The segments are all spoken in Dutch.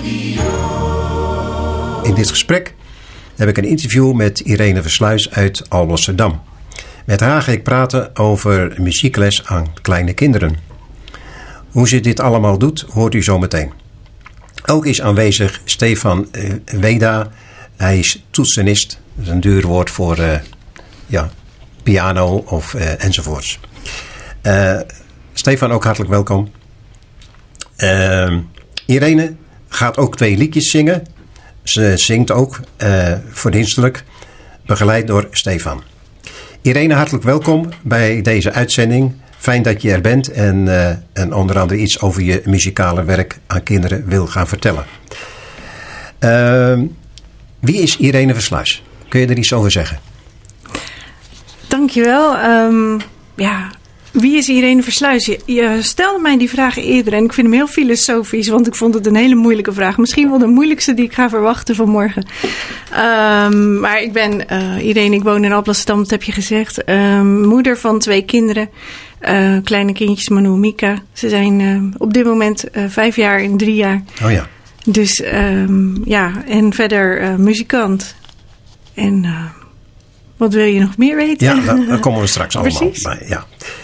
In dit gesprek heb ik een interview met Irene Versluis uit Alblasserdam. Met haar ga ik praten over muziekles aan kleine kinderen. Hoe ze dit allemaal doet, hoort u zo meteen. Ook is aanwezig Stefan Weda. Hij is toetsenist. Dat is een duur woord voor piano of enzovoorts. Stefan, ook hartelijk welkom. Irene gaat ook 2 liedjes zingen. Ze zingt ook verdienstelijk, begeleid door Stefan. Irene, hartelijk welkom bij deze uitzending. Fijn dat je er bent en onder andere iets over je muzikale werk aan kinderen wil gaan vertellen. Wie is Irene Versluis? Kun je er iets over zeggen? Dankjewel. Wie is Irene Versluis? Je stelde mij die vraag eerder en ik vind hem heel filosofisch, want ik vond het een hele moeilijke vraag. Misschien wel de moeilijkste die ik ga verwachten vanmorgen. Maar ik ben Irene, ik woon in Alblasserdam, dat heb je gezegd. Moeder van 2 kinderen, kleine kindjes, Manu en Mika. Ze zijn op dit moment 5 jaar en 3 jaar. Oh ja. Dus en verder muzikant. En wat wil je nog meer weten? Ja, daar komen we straks allemaal bij. Ja.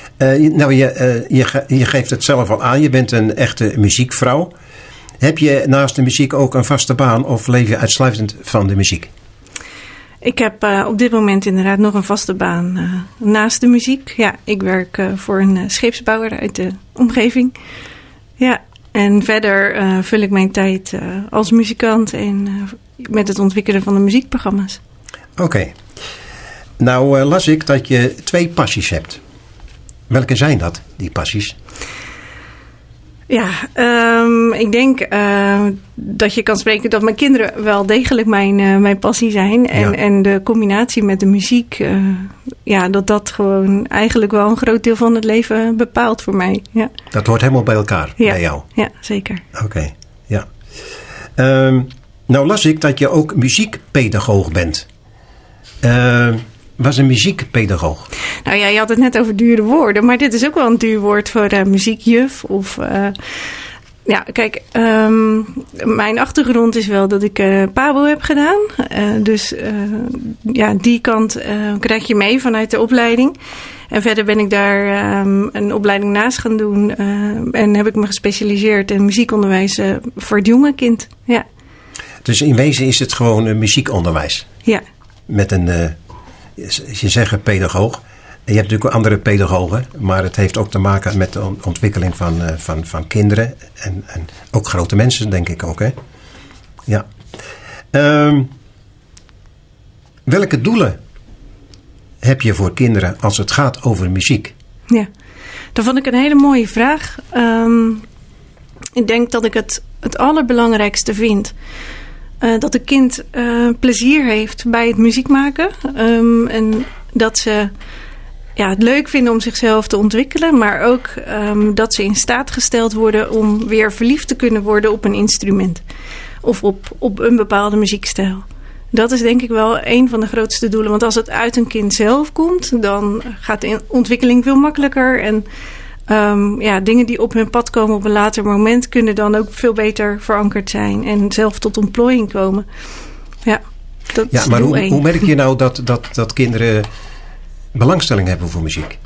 Je geeft het zelf al aan. Je bent een echte muziekvrouw. Heb je naast de muziek ook een vaste baan of leef je uitsluitend van de muziek? Ik heb op dit moment inderdaad nog een vaste baan naast de muziek. Ja, ik werk voor een scheepsbouwer uit de omgeving. Ja, en verder vul ik mijn tijd als muzikant en met het ontwikkelen van de muziekprogramma's. Oké. Nou las ik dat je 2 passies hebt. Welke zijn dat, die passies? Ja, ik denk dat je kan spreken dat mijn kinderen wel degelijk mijn passie zijn. En de combinatie met de muziek, dat gewoon eigenlijk wel een groot deel van het leven bepaalt voor mij. Ja. Dat hoort helemaal bij elkaar, bij jou? Ja, zeker. Oké, ja. Nou las ik dat je ook muziekpedagoog bent. Was een muziekpedagoog? Nou ja, je had het net over dure woorden, maar dit is ook wel een duur woord voor muziekjuf. Of, kijk, mijn achtergrond is wel dat ik PABO heb gedaan. Die kant krijg je mee vanuit de opleiding. En verder ben ik daar een opleiding naast gaan doen en heb ik me gespecialiseerd in muziekonderwijs voor het jonge kind. Ja. Dus in wezen is het gewoon muziekonderwijs? Ja. Met een... Je zegt pedagoog. Je hebt natuurlijk ook andere pedagogen. Maar het heeft ook te maken met de ontwikkeling van kinderen. En ook grote mensen, denk ik ook. Hè? Ja. Welke doelen heb je voor kinderen als het gaat over muziek? Ja, dat vond ik een hele mooie vraag. Ik denk dat ik het allerbelangrijkste vind... dat een kind plezier heeft bij het muziek maken. En dat ze het leuk vinden om zichzelf te ontwikkelen. Maar ook dat ze in staat gesteld worden om weer verliefd te kunnen worden op een instrument. Of op een bepaalde muziekstijl. Dat is denk ik wel een van de grootste doelen. Want als het uit een kind zelf komt, dan gaat de ontwikkeling veel makkelijker. En dingen die op hun pad komen op een later moment kunnen dan ook veel beter verankerd zijn en zelf tot ontplooiing komen. Ja, dat is maar hoe merk je nou dat kinderen belangstelling hebben voor muziek?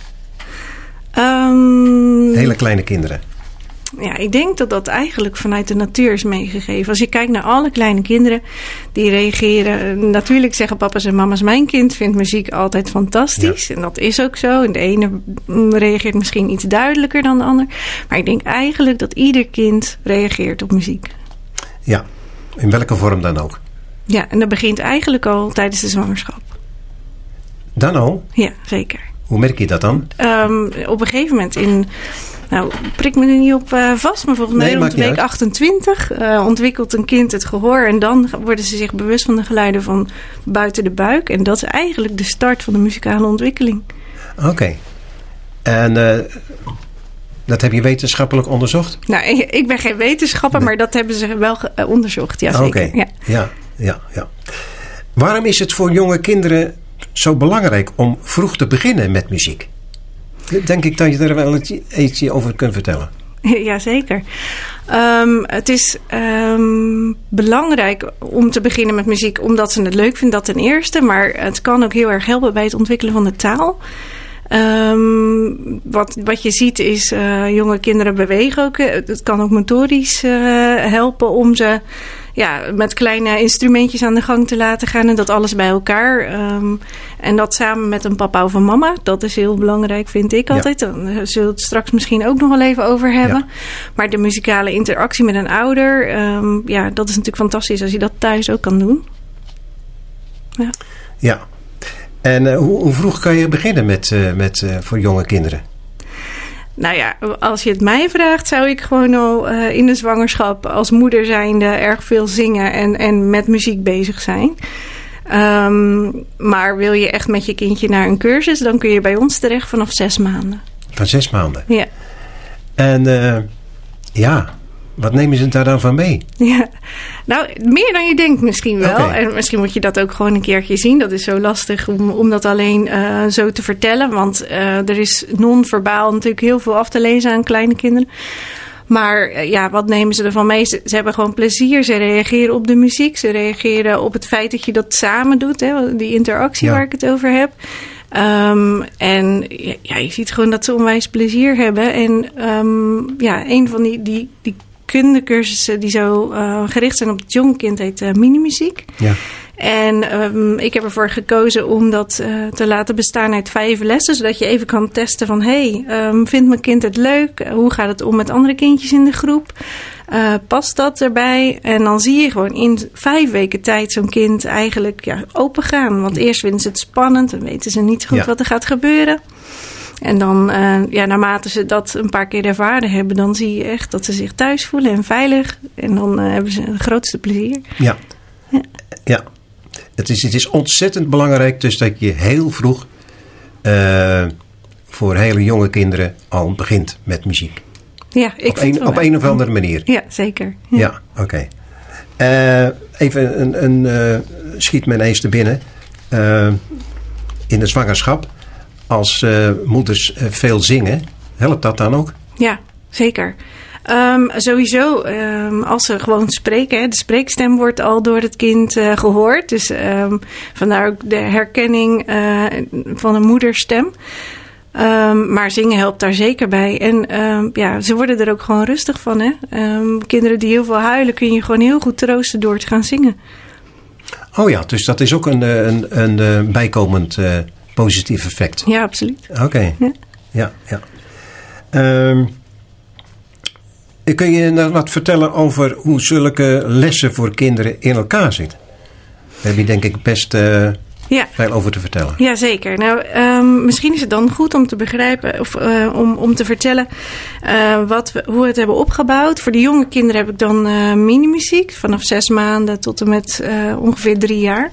Hele kleine kinderen. Ja, ik denk dat dat eigenlijk vanuit de natuur is meegegeven. Als je kijkt naar alle kleine kinderen die reageren. Natuurlijk zeggen papa's en mama's, mijn kind vindt muziek altijd fantastisch. Ja. En dat is ook zo. En de ene reageert misschien iets duidelijker dan de ander. Maar ik denk eigenlijk dat ieder kind reageert op muziek. Ja, in welke vorm dan ook? Ja, en dat begint eigenlijk al tijdens de zwangerschap. Dan al? Ja, zeker. Hoe merk je dat dan? Op een gegeven moment prik me er niet op vast, maar volgens mij rond week 28 ontwikkelt een kind het gehoor. En dan worden ze zich bewust van de geluiden van buiten de buik. En dat is eigenlijk de start van de muzikale ontwikkeling. Oké. En dat heb je wetenschappelijk onderzocht? Nou, ik ben geen wetenschapper, maar dat hebben ze wel onderzocht. Ja, zeker. Oké. Ja. Waarom is het voor jonge kinderen zo belangrijk om vroeg te beginnen met muziek? Denk ik dat je er wel iets over kunt vertellen. Jazeker. Het is belangrijk om te beginnen met muziek omdat ze het leuk vinden, dat ten eerste. Maar het kan ook heel erg helpen bij het ontwikkelen van de taal. Wat je ziet is jonge kinderen bewegen ook. Het kan ook motorisch helpen om ze met kleine instrumentjes aan de gang te laten gaan. En dat alles bij elkaar. En dat samen met een papa of een mama. Dat is heel belangrijk, vind ik altijd. Daar zullen we het straks misschien ook nog wel even over hebben. Ja. Maar de muzikale interactie met een ouder. Dat is natuurlijk fantastisch als je dat thuis ook kan doen. Ja. En hoe vroeg kan je beginnen voor jonge kinderen? Nou ja, als je het mij vraagt, zou ik gewoon al in de zwangerschap als moeder zijnde erg veel zingen en met muziek bezig zijn. Maar wil je echt met je kindje naar een cursus, dan kun je bij ons terecht vanaf 6 maanden. Van 6 maanden? Ja. En wat nemen ze daar dan van mee? Ja, nou, meer dan je denkt misschien wel. Okay. En misschien moet je dat ook gewoon een keertje zien. Dat is zo lastig om dat alleen zo te vertellen. Want er is non-verbaal natuurlijk heel veel af te lezen aan kleine kinderen. Maar wat nemen ze ervan mee? Ze hebben gewoon plezier. Ze reageren op de muziek. Ze reageren op het feit dat je dat samen doet. Hè, die interactie waar ik het over heb. En je ziet gewoon dat ze onwijs plezier hebben. En een van die kundecursussen die zo gericht zijn op het jonge kind heet minimuziek. Ja. En ik heb ervoor gekozen om dat te laten bestaan uit 5 lessen. Zodat je even kan testen van vindt mijn kind het leuk? Hoe gaat het om met andere kindjes in de groep? Past dat erbij? En dan zie je gewoon in 5 weken tijd zo'n kind eigenlijk open gaan. Want eerst vinden ze het spannend en weten ze niet goed wat er gaat gebeuren. En dan, naarmate ze dat een paar keer ervaren hebben, dan zie je echt dat ze zich thuis voelen en veilig. En dan hebben ze het grootste plezier. Ja. Het is ontzettend belangrijk dus dat je heel vroeg voor hele jonge kinderen al begint met muziek. Ja, op een of andere manier. Ja, zeker. Ja, oké. Even schiet me ineens te binnen. In de zwangerschap, als moeders veel zingen, helpt dat dan ook? Ja, zeker. Sowieso, als ze gewoon spreken, de spreekstem wordt al door het kind gehoord. Dus vandaar ook de herkenning van een moederstem. Maar zingen helpt daar zeker bij. En ze worden er ook gewoon rustig van. Hè? Kinderen die heel veel huilen kun je gewoon heel goed troosten door te gaan zingen. Oh ja, dus dat is ook een bijkomend positief effect. Ja, absoluut. Oké. Ja. Kun je wat vertellen over hoe zulke lessen voor kinderen in elkaar zitten? Daar heb je denk ik best veel over te vertellen. Ja, zeker. Nou, misschien is het dan goed om te begrijpen of om te vertellen hoe we het hebben opgebouwd. Voor de jonge kinderen heb ik dan minimuziek vanaf 6 maanden tot en met ongeveer 3 jaar.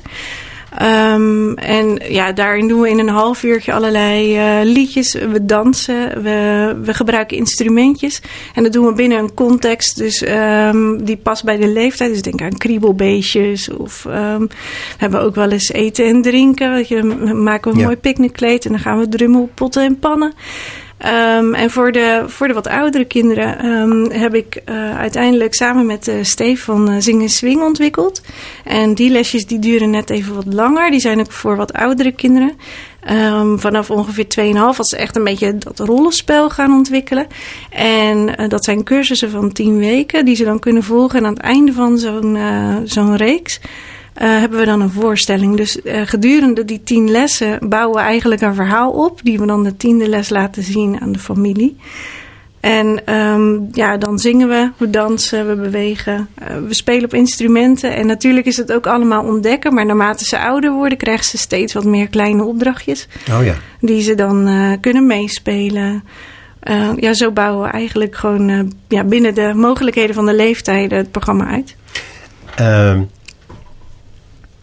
Daarin doen we in een half uurtje allerlei liedjes. We dansen, we gebruiken instrumentjes. En dat doen we binnen een context dus, die past bij de leeftijd. Dus denk aan kriebelbeestjes. Of we hebben ook wel eens eten en drinken. Dan maken we een mooi picknickkleed en dan gaan we drummen op potten en pannen. En voor de wat oudere kinderen heb ik uiteindelijk samen met Stefan Zing en Swing ontwikkeld. En die lesjes die duren net even wat langer. Die zijn ook voor wat oudere kinderen. Vanaf ongeveer 2,5 als ze echt een beetje dat rollenspel gaan ontwikkelen. En dat zijn cursussen van 10 weken die ze dan kunnen volgen. En aan het einde van zo'n reeks hebben we dan een voorstelling. Dus gedurende die 10 lessen bouwen we eigenlijk een verhaal op, die we dan de 10e les laten zien aan de familie. En dan zingen we dansen, we bewegen, we spelen op instrumenten. En natuurlijk is het ook allemaal ontdekken, maar naarmate ze ouder worden, krijgen ze steeds wat meer kleine opdrachtjes. Oh ja. Die ze dan kunnen meespelen. Zo bouwen we eigenlijk gewoon binnen de mogelijkheden van de leeftijden het programma uit.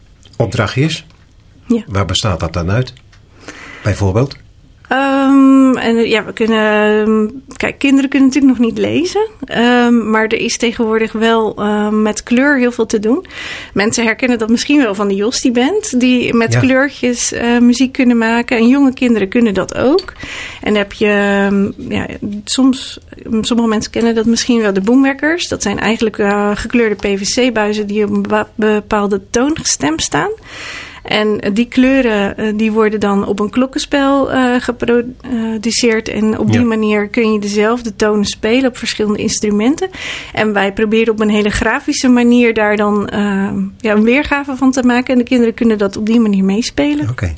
Opdrachtjes? Ja. Waar bestaat dat dan uit? Bijvoorbeeld? we kunnen... kijk, kinderen kunnen natuurlijk nog niet lezen. Maar er is tegenwoordig wel met kleur heel veel te doen. Mensen herkennen dat misschien wel van de Jostie-band. Die met kleurtjes muziek kunnen maken. En jonge kinderen kunnen dat ook. En dan heb je... sommige mensen kennen dat misschien wel, de boomwekkers. Dat zijn eigenlijk gekleurde PVC-buizen die op een bepaalde toon gestemd staan. En die kleuren die worden dan op een klokkenspel geproduceerd. En op die manier kun je dezelfde tonen spelen op verschillende instrumenten. En wij proberen op een hele grafische manier daar dan een weergave van te maken. En de kinderen kunnen dat op die manier meespelen. Oké.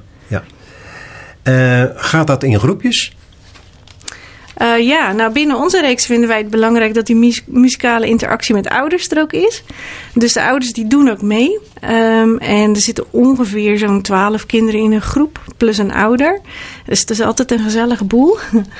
Gaat dat in groepjes? Binnen onze reeks vinden wij het belangrijk dat die muzikale interactie met ouders er ook is. Dus de ouders die doen ook mee. En er zitten ongeveer zo'n 12 kinderen in een groep, plus een ouder. Dus het is altijd een gezellige boel.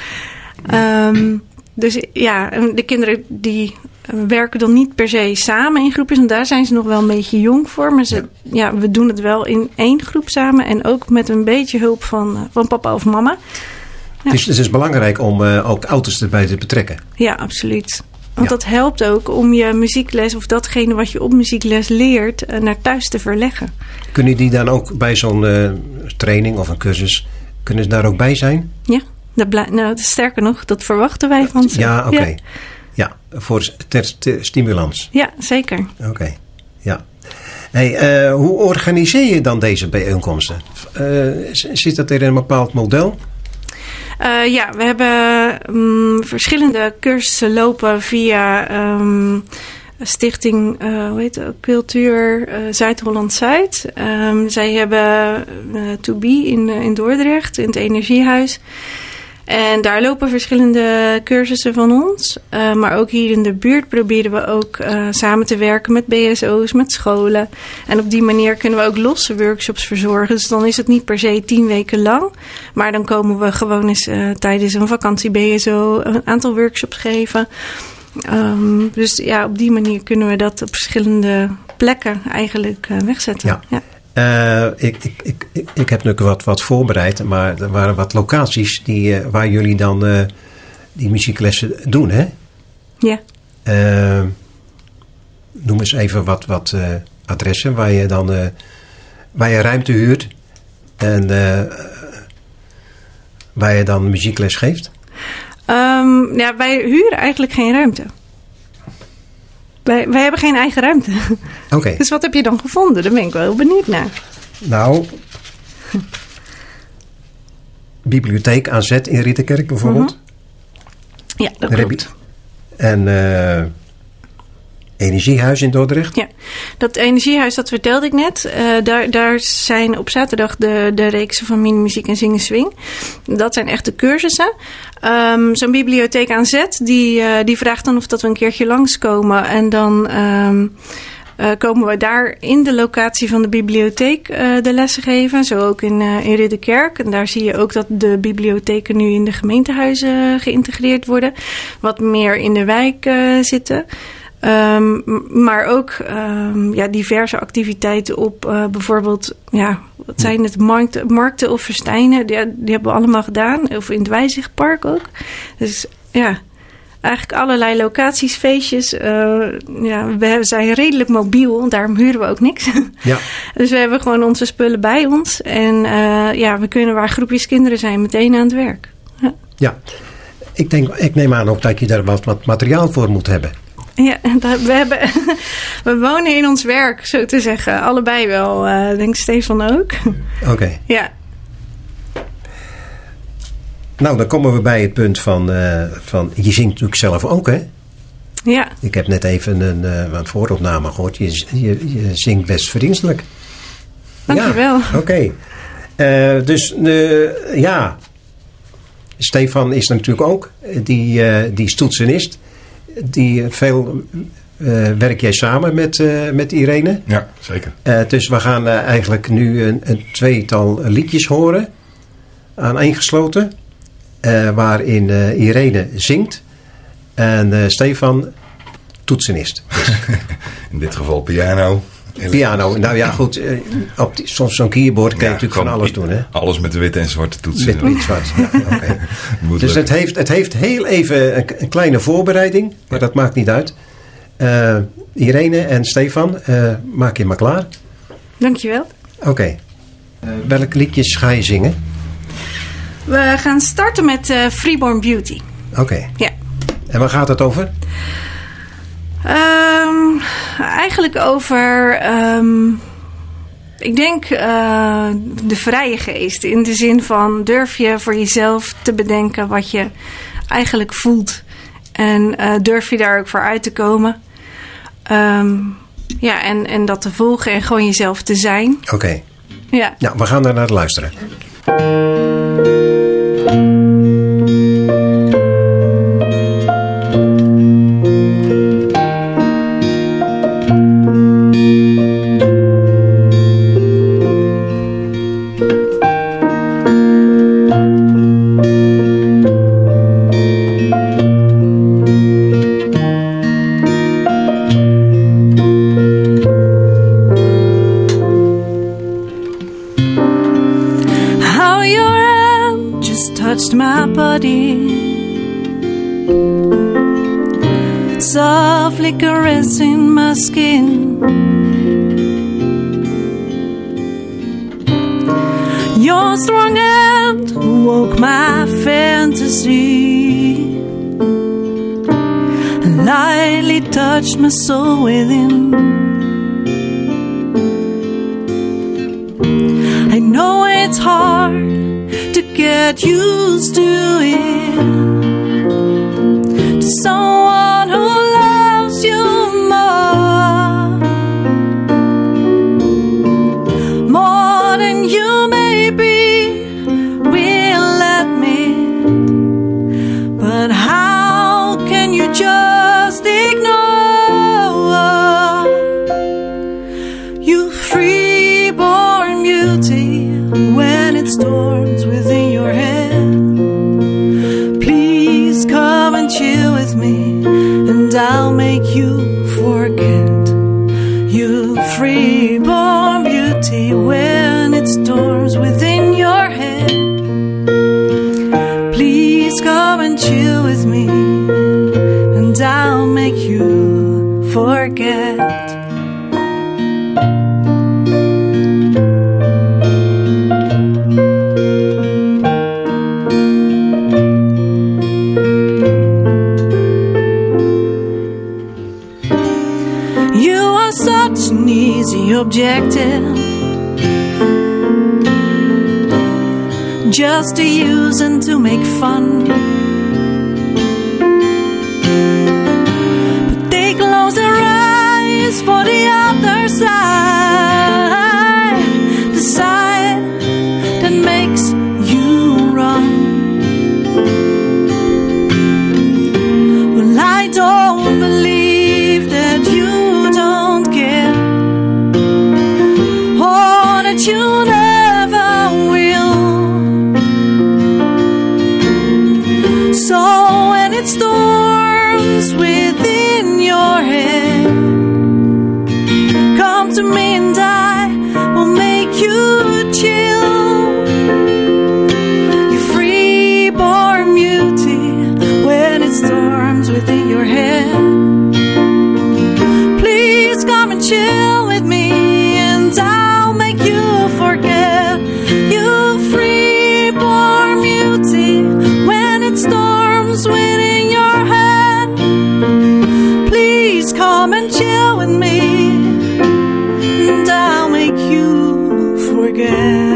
De kinderen die werken dan niet per se samen in groepjes. En daar zijn ze nog wel een beetje jong voor. Maar we doen het wel in één groep samen. En ook met een beetje hulp van papa of mama. Ja. Het is belangrijk om ook ouders erbij te betrekken. Ja, absoluut. Want dat helpt ook om je muziekles of datgene wat je op muziekles leert naar thuis te verleggen. Kunnen die dan ook bij zo'n training of een cursus, kunnen ze daar ook bij zijn? Ja, sterker nog, dat verwachten wij van ze. Ja, oké. Ja, ter stimulans. Ja, zeker. Oké. Ja. Hey, hoe organiseer je dan deze bijeenkomsten? Zit dat in een bepaald model? We hebben verschillende cursussen lopen via Stichting Cultuur Zuid-Holland-Zuid. Zij hebben To Be in Dordrecht, in het Energiehuis. En daar lopen verschillende cursussen van ons. Maar ook hier in de buurt proberen we ook samen te werken met BSO's, met scholen. En op die manier kunnen we ook losse workshops verzorgen. Dus dan is het niet per se 10 weken lang. Maar dan komen we gewoon eens tijdens een vakantie BSO een aantal workshops geven. Dus op die manier kunnen we dat op verschillende plekken eigenlijk wegzetten. Ja. Ik heb natuurlijk wat voorbereid, maar er waren wat locaties waar jullie dan die muzieklessen doen, hè? Ja. Noem eens even wat adressen waar je ruimte huurt en waar je dan muziekles geeft. Wij huren eigenlijk geen ruimte. Wij hebben geen eigen ruimte. Oké. Dus wat heb je dan gevonden? Daar ben ik wel heel benieuwd naar. Nou, bibliotheek AZ in Ridderkerk bijvoorbeeld. Ja, dat klopt. En Energiehuis in Dordrecht. Ja, dat Energiehuis, dat vertelde ik net. Daar zijn op zaterdag de reeksen van minimuziek en zingen swing. Dat zijn echte cursussen. Zo'n bibliotheek aan zet, die vraagt dan of dat we een keertje langskomen. En dan komen we daar in de locatie van de bibliotheek de lessen geven. Zo ook in Ridderkerk. En daar zie je ook dat de bibliotheken nu in de gemeentehuizen geïntegreerd worden. Wat meer in de wijk zitten. Maar ook diverse activiteiten op bijvoorbeeld, wat zijn het, markten of festijnen. Die hebben we allemaal gedaan. Of in het Wijzigpark ook. Dus eigenlijk allerlei locaties, feestjes. We zijn redelijk mobiel, daarom huren we ook niks. Ja. Dus we hebben gewoon onze spullen bij ons. En we kunnen waar groepjes kinderen zijn meteen aan het werk. Ja. Ik neem aan ook dat je daar wat materiaal voor moet hebben. Ja, we wonen in ons werk, zo te zeggen. Allebei wel, denk Stefan ook. Oké. Ja. Nou, dan komen we bij het punt van je zingt natuurlijk zelf ook, hè? Ja. Ik heb net even een vooropname gehoord. Je zingt best verdienstelijk. Dankjewel. Ja, oké. Stefan is er natuurlijk ook. Die is toetsenist. Werk jij samen met Irene? Ja, zeker. Dus we gaan eigenlijk nu een tweetal liedjes horen. Aaneengesloten. Waarin Irene zingt. En Stefan toetsenist. In dit geval piano. Piano. Nou ja, goed. Op zo'n keyboard kan je natuurlijk van alles doen. Hè? Alles met witte en zwarte toetsen. Wit-zwart. Ja, okay. Dus het heeft heel even een kleine voorbereiding. Maar dat maakt niet uit. Irene en Stefan, maak je maar klaar. Dankjewel. Oké. Welke liedjes ga je zingen? We gaan starten met Freeborn Beauty. Oké. Ja. En waar gaat het over? Eigenlijk over, ik denk de vrije geest. In de zin van durf je voor jezelf te bedenken wat je eigenlijk voelt. En durf je daar ook voor uit te komen. En dat te volgen en gewoon jezelf te zijn. Oké. Ja. Nou, we gaan daar naar luisteren. My body, softly caressing my skin. Your strong hand woke my fantasy and lightly touched my soul within. I know it's hard to get used to it, to someone who loves you more than you maybe will let me. But how can you just ignore you freeborn beauty when it storms within your head? Please come and chill with me, and I'll make you forget. You freeborn beauty when it storms within your head. Please come and chill with me, and I'll make you forget. Easy objective, just to use and to make fun. But they close their eyes for the other side, the side that makes you run. Well, I don't believe that you don't care, you never will. So when it storms within your head, come to me and I will make you chill. You freeborn beauty when it storms within your head. Please come and chill with me, and I'll make you forget. You freeborn beauty when it storms within your head. Please come and chill with me, and I'll make you forget.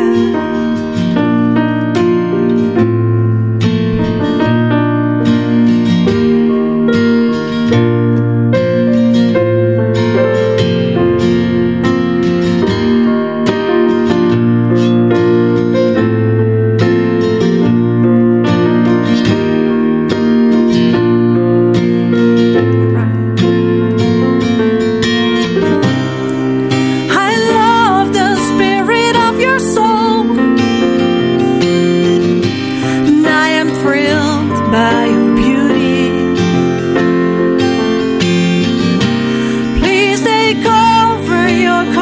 Your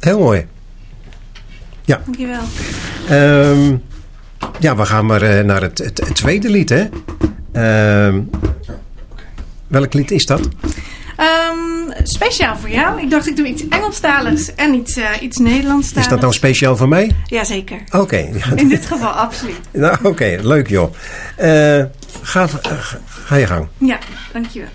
Heel mooi. Ja. Dankjewel. Ja, we gaan maar naar het tweede lied, hè? Welk lied is dat? Speciaal voor jou. Ik dacht, ik doe iets Engelstaligs en iets Nederlandstaligs. Is dat nou speciaal voor mij? Jazeker. Oké. In dit geval absoluut. Nou, oké. Leuk, joh. Ga je gang. Ja, dankjewel.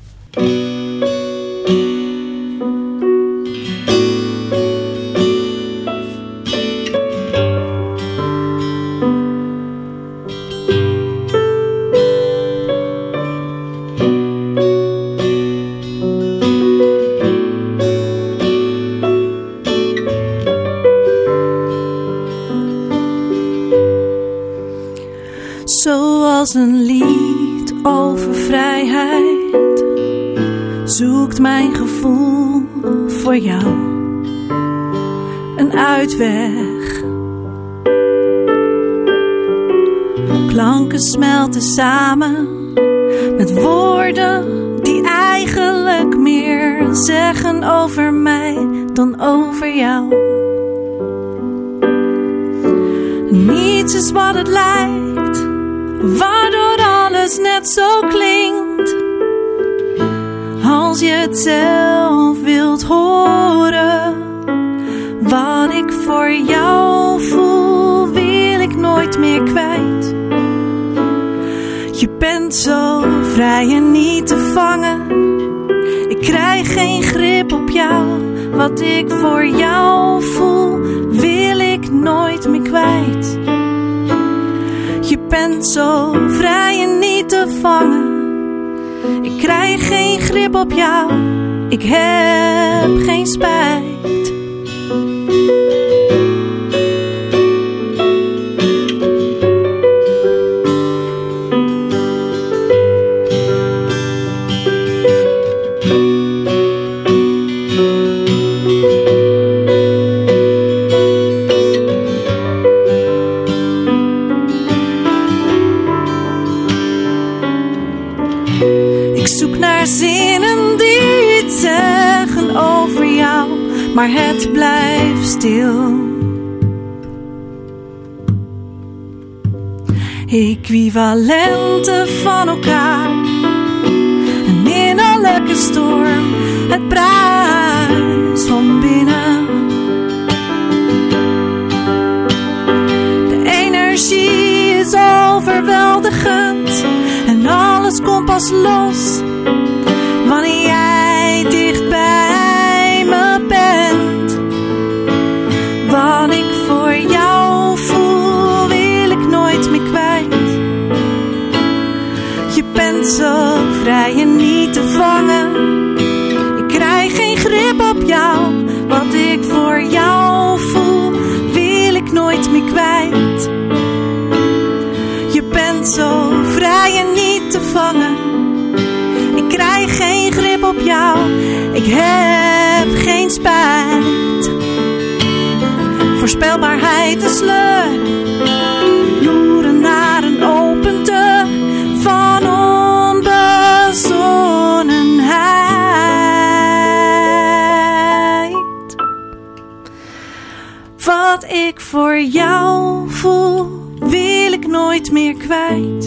Zoals een lied over vrijheid zoekt mijn gevoel voor jou een uitweg. Klanken smelten samen met woorden die eigenlijk meer zeggen over mij dan over jou. Niets is wat het lijkt, waardoor alles net zo klinkt. Als je het zelf wilt horen, wat ik voor jou voel, wil ik nooit meer kwijt. Je bent zo vrij en niet te vangen. Ik krijg geen grip op jou. Wat ik voor jou voel, wil ik nooit meer kwijt. Je bent zo vrij en niet te vangen. Ik krijg geen grip op jou. Ik heb geen spijt. Zinnen die iets zeggen over jou, maar het blijft stil. Equivalenten van elkaar. En in elke storm het bruist van binnen. De energie is overweldigend en alles komt pas los wanneer jij dicht bij me bent. Wat ik voor jou voel, wil ik nooit meer kwijt. Je bent zo vrij en niet te vangen. Ik krijg geen grip op jou. Wat ik voor jou voel, wil ik nooit meer kwijt. Je bent zo vrij en niet te vangen. Ik krijg geen grip op jou. Ik heb geen spijt. Voorspelbaarheid en sleur. Loeren naar een open deur van onbezonnenheid. Wat ik voor jou voel, wil ik nooit meer kwijt.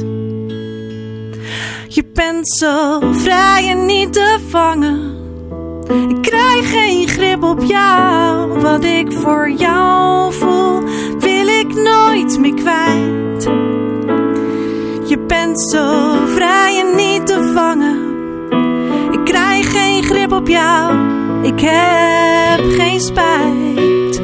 Je bent zo vrij en niet te vangen. Ik krijg geen grip op jou. Wat ik voor jou voel, wil ik nooit meer kwijt. Je bent zo vrij en niet te vangen. Ik krijg geen grip op jou. Ik heb geen spijt.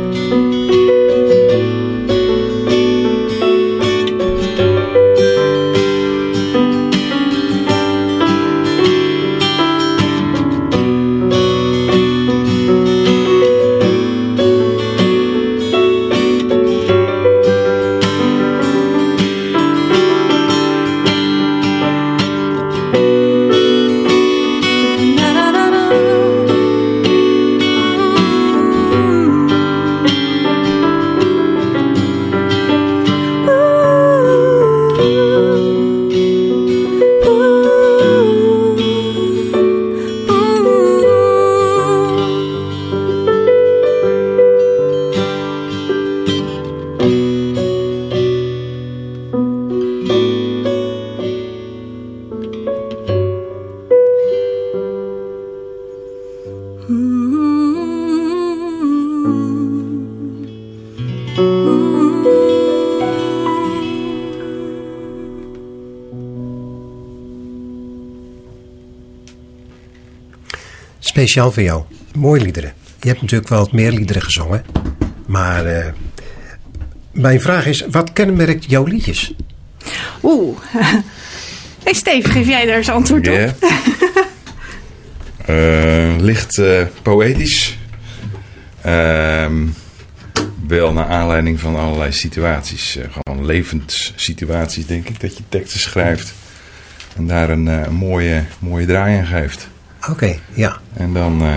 Speciaal voor jou. Mooie liederen. Je hebt natuurlijk wel wat meer liederen gezongen. Maar mijn vraag is, wat kenmerkt jouw liedjes? Hey Steve, geef jij daar eens antwoord op? Licht poëtisch. Wel naar aanleiding van allerlei situaties. Gewoon levenssituaties, denk ik. Dat je teksten schrijft. En daar een mooie draai aan geeft. Oké, ja. En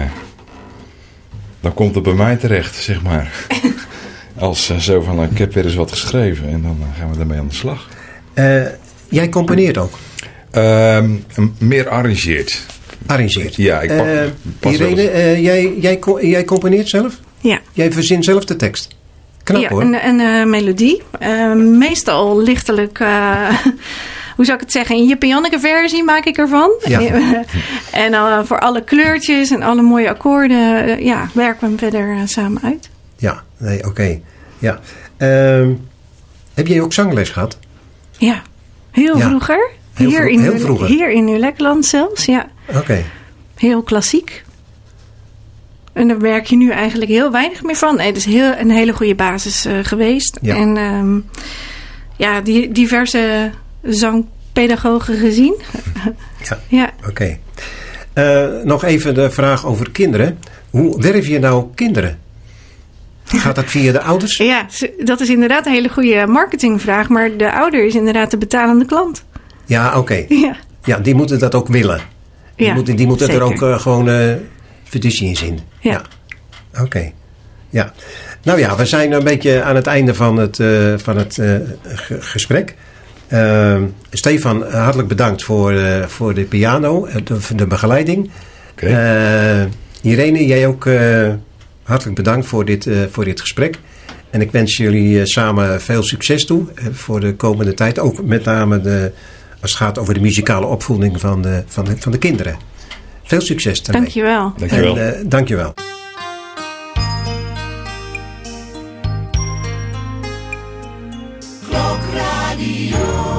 dan komt het bij mij terecht, zeg maar. Als zo van, ik heb weer eens wat geschreven. En dan gaan we daarmee aan de slag. Jij componeert ook? Meer arrangeert. Arrangeert? Ja, ik pak Irene, jij componeert zelf? Ja. Jij verzint zelf de tekst? Knap hoor. Een melodie. Meestal lichtelijk... hoe zou ik het zeggen? Een Jip en Janneke versie maak ik ervan. Ja. En voor alle kleurtjes en alle mooie akkoorden... werken we hem verder samen uit. Ja, nee, oké. Ja. Heb jij ook zangles gehad? Ja, heel vroeger. Heel vroeger? Hier in Nieuw-Lekkerland zelfs, ja. Oké. Heel klassiek. En daar werk je nu eigenlijk heel weinig meer van. Nee, het is een hele goede basis geweest. Ja. En die diverse zangpedagogen gezien. Ja. Oké. Nog even de vraag over kinderen. Hoe werf je nou kinderen? Gaat dat via de ouders? Ja, dat is inderdaad een hele goede marketingvraag. Maar de ouder is inderdaad de betalende klant. Ja, oké. Ja. Ja, die moeten dat ook willen. Die moeten er ook gewoon fiducie in zien. Ja. Oké. Ja. Nou ja, we zijn een beetje aan het einde van het gesprek. Stefan, hartelijk bedankt voor de piano, de begeleiding. Okay. Irene, jij ook hartelijk bedankt voor dit gesprek. En ik wens jullie samen veel succes toe voor de komende tijd. Ook met name als het gaat over de muzikale opvoeding van de kinderen. Veel succes daarmee. Dankjewel. Dankjewel. Klokradio.